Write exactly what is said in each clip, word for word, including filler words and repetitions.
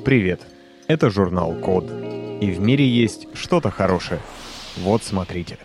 Привет! Это журнал Код. И в мире есть что-то хорошее. Вот смотрите.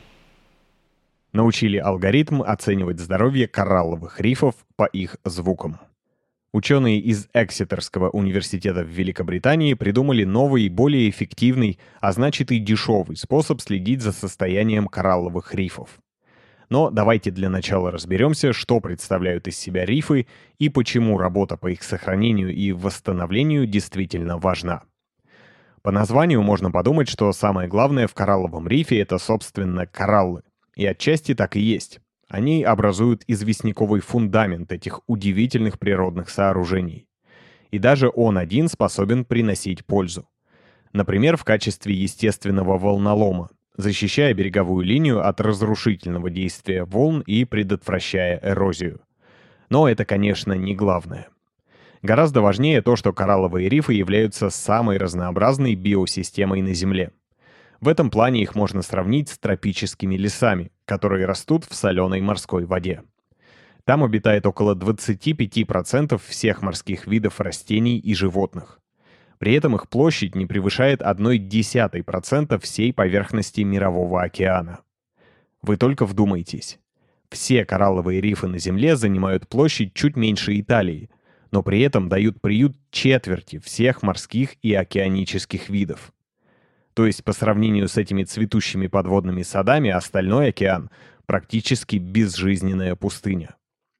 Научили алгоритм оценивать здоровье коралловых рифов по их звукам. Ученые из Эксетерского университета в Великобритании придумали новый, более эффективный, а значит и дешевый способ следить за состоянием коралловых рифов. Но давайте для начала разберемся, что представляют из себя рифы и почему работа по их сохранению и восстановлению действительно важна. По названию можно подумать, что самое главное в коралловом рифе — это, собственно, кораллы. И отчасти так и есть. Они образуют известняковый фундамент этих удивительных природных сооружений. И даже он один способен приносить пользу. Например, в качестве естественного волнолома, защищая береговую линию от разрушительного действия волн и предотвращая эрозию. Но это, конечно, не главное. Гораздо важнее то, что коралловые рифы являются самой разнообразной биосистемой на Земле. В этом плане их можно сравнить с тропическими лесами, которые растут в соленой морской воде. Там обитает около двадцать пять процентов всех морских видов растений и животных. При этом их площадь не превышает одна десятая процента всей поверхности Мирового океана. Вы только вдумайтесь. Все коралловые рифы на Земле занимают площадь чуть меньше Италии, но при этом дают приют четверти всех морских и океанических видов. То есть по сравнению с этими цветущими подводными садами остальной океан практически безжизненная пустыня.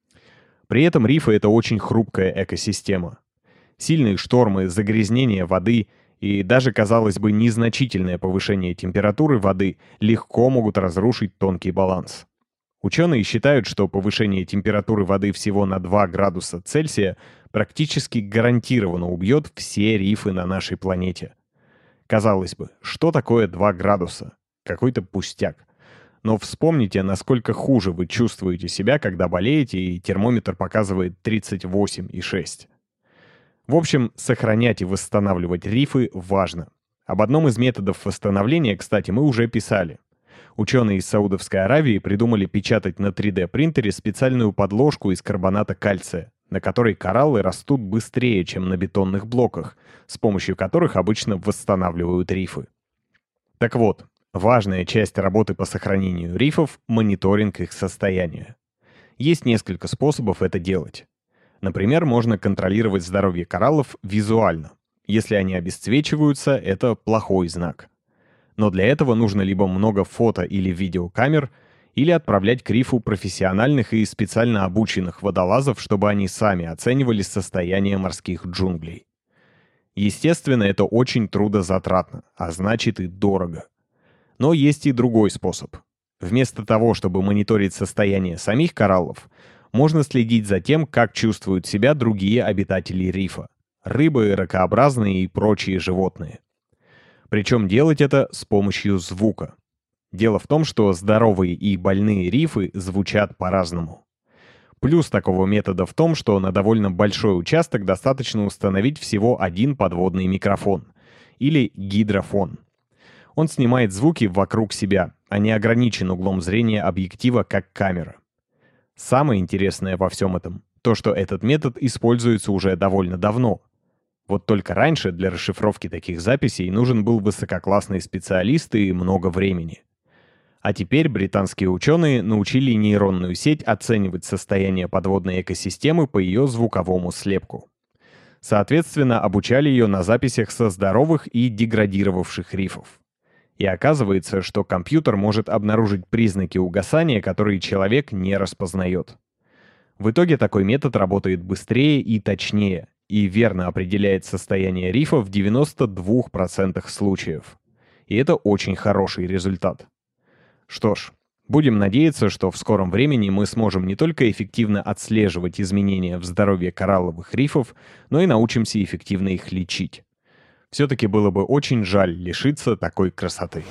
При этом рифы — это очень хрупкая экосистема. Сильные штормы, загрязнение воды и даже, казалось бы, незначительное повышение температуры воды легко могут разрушить тонкий баланс. Ученые считают, что повышение температуры воды всего на два градуса Цельсия практически гарантированно убьет все рифы на нашей планете. Казалось бы, что такое два градуса? Какой-то пустяк. Но вспомните, насколько хуже вы чувствуете себя, когда болеете, и термометр показывает тридцать восемь и шесть. В общем, сохранять и восстанавливать рифы важно. Об одном из методов восстановления, кстати, мы уже писали. Ученые из Саудовской Аравии придумали печатать на три дэ принтере специальную подложку из карбоната кальция, на которой кораллы растут быстрее, чем на бетонных блоках, с помощью которых обычно восстанавливают рифы. Так вот, важная часть работы по сохранению рифов — мониторинг их состояния. Есть несколько способов это делать. Например, можно контролировать здоровье кораллов визуально. Если они обесцвечиваются, это плохой знак. Но для этого нужно либо много фото- или видеокамер, или отправлять к рифу профессиональных и специально обученных водолазов, чтобы они сами оценивали состояние морских джунглей. Естественно, это очень трудозатратно, а значит и дорого. Но есть и другой способ. Вместо того, чтобы мониторить состояние самих кораллов, можно следить за тем, как чувствуют себя другие обитатели рифа — рыбы, ракообразные и прочие животные. Причем делать это с помощью звука. Дело в том, что здоровые и больные рифы звучат по-разному. Плюс такого метода в том, что на довольно большой участок достаточно установить всего один подводный микрофон, или гидрофон. Он снимает звуки вокруг себя, а не ограничен углом зрения объектива как камера. Самое интересное во всем этом — то, что этот метод используется уже довольно давно. Вот только раньше для расшифровки таких записей нужен был высококлассный специалист и много времени. А теперь британские ученые научили нейронную сеть оценивать состояние подводной экосистемы по ее звуковому слепку. Соответственно, обучали ее на записях со здоровых и деградировавших рифов. И оказывается, что компьютер может обнаружить признаки угасания, которые человек не распознает. В итоге такой метод работает быстрее и точнее, и верно определяет состояние рифа в девяноста двух процентах случаев. И это очень хороший результат. Что ж, будем надеяться, что в скором времени мы сможем не только эффективно отслеживать изменения в здоровье коралловых рифов, но и научимся эффективно их лечить. Все-таки было бы очень жаль лишиться такой красоты.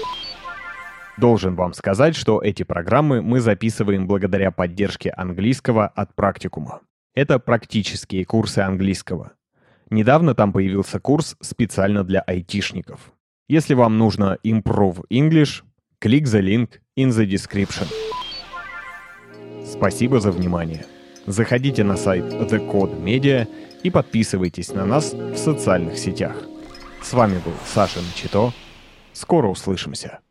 Должен вам сказать, что эти программы мы записываем благодаря поддержке английского от Практикума. Это практические курсы английского. Недавно там появился курс специально для айтишников. Если вам нужно Improve English, click the link in the description. Спасибо за внимание. Заходите на сайт The Code Media и подписывайтесь на нас в социальных сетях. С вами был Саша Начито. Скоро услышимся.